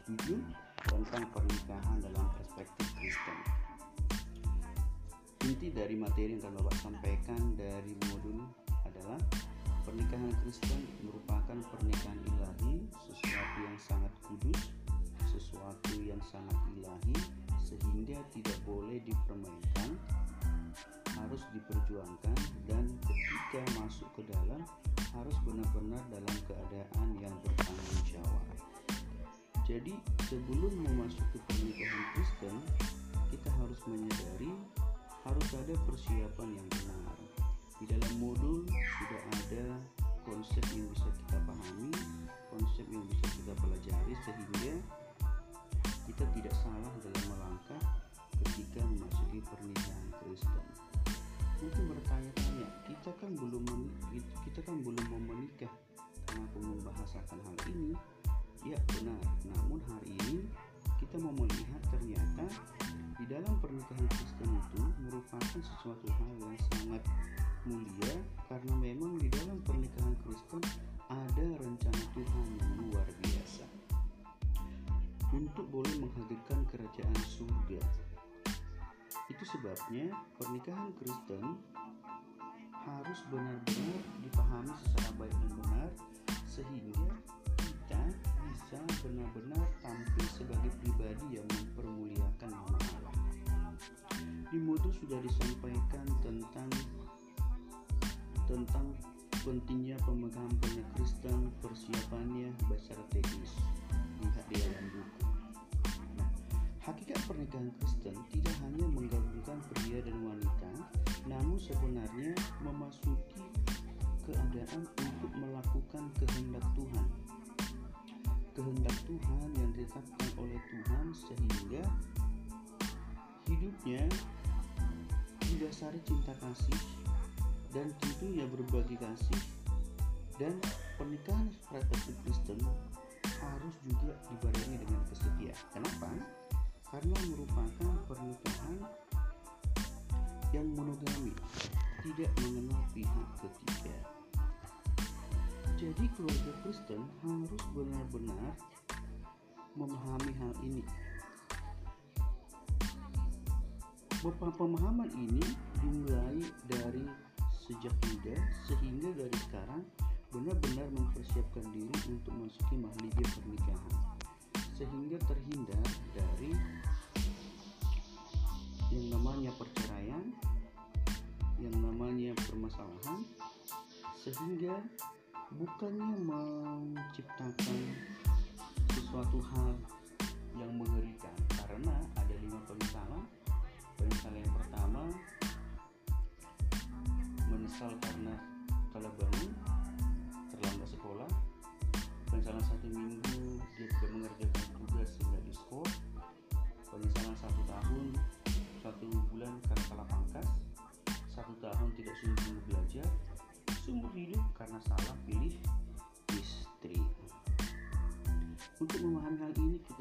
7 tentang pernikahan dalam perspektif Kristen. Inti dari materi yang akan Bapak sampaikan dari modul adalah pernikahan Kristen merupakan pernikahan ilahi, sesuatu yang sangat kudus, sesuatu yang sangat ilahi, sehingga tidak boleh dipermainkan, harus diperjuangkan, dan ketika masuk ke dalam harus benar-benar dalam keadaan yang bertanggung jawab. Jadi sebelum memasuki pernikahan Kristen, kita harus menyadari harus ada persiapan yang benar. Di dalam modul sudah ada konsep yang bisa kita pahami, konsep yang bisa kita pelajari, sehingga kita tidak salah dalam melangkah ketika memasuki pernikahan Kristen. Mungkin bertanya-tanya, kita kan belum mau menikah, kenapa membahasakan hal ini? Ya benar, namun hari ini kita mau melihat ternyata di dalam pernikahan Kristen itu merupakan sesuatu hal yang sangat mulia, karena memang di dalam pernikahan Kristen ada rencana Tuhan yang luar biasa untuk boleh menghadirkan kerajaan surga. Itu sebabnya pernikahan Kristen harus benar-benar dipahami secara baik dan benar, sehingga kita bisa benar-benar tampil sebagai pribadi yang mempermuliakan nama Allah. Di modul sudah disampaikan tentang pentingnya pemegang pernikahan Kristen, persiapannya secara teknis. Lihat di dalam buku. Hakikat pernikahan Kristen tidak hanya menggabungkan pria dan wanita, namun sebenarnya memasuki keadaan untuk melakukan kehendak Tuhan. Kehendak Tuhan yang ditetapkan oleh Tuhan, sehingga hidupnya didasari cinta kasih dan tentunya berbagi kasih. Dan pernikahan perspektif Kristen harus juga dibarengi dengan kesetiaan. Kenapa? Karena merupakan pernikahan yang monogami, tidak mengenal pihak ketiga. Jadi keluarga Kristen harus benar-benar memahami hal ini. Pemahaman ini dimulai dari sejak muda, sehingga dari sekarang benar-benar mempersiapkan diri untuk memasuki mahligai pernikahan, sehingga terhindar dari yang namanya perceraian, yang namanya permasalahan, sehingga bukannya menciptakan sesuatu hal yang mengerikan, karena ada 5 penyesalan. Penyesalan yang pertama, menyesal karena telah bangun, terlambat sekolah. Penyesalan 1 minggu dia tidak mengerjakan tugas sehingga diskor. Penyesalan 1 tahun 1 bulan karena salah pangkas. 1 tahun tidak sungguh-sungguh belajar. Seumur hidup karena salah pilih istri. Untuk memahami hal ini, kita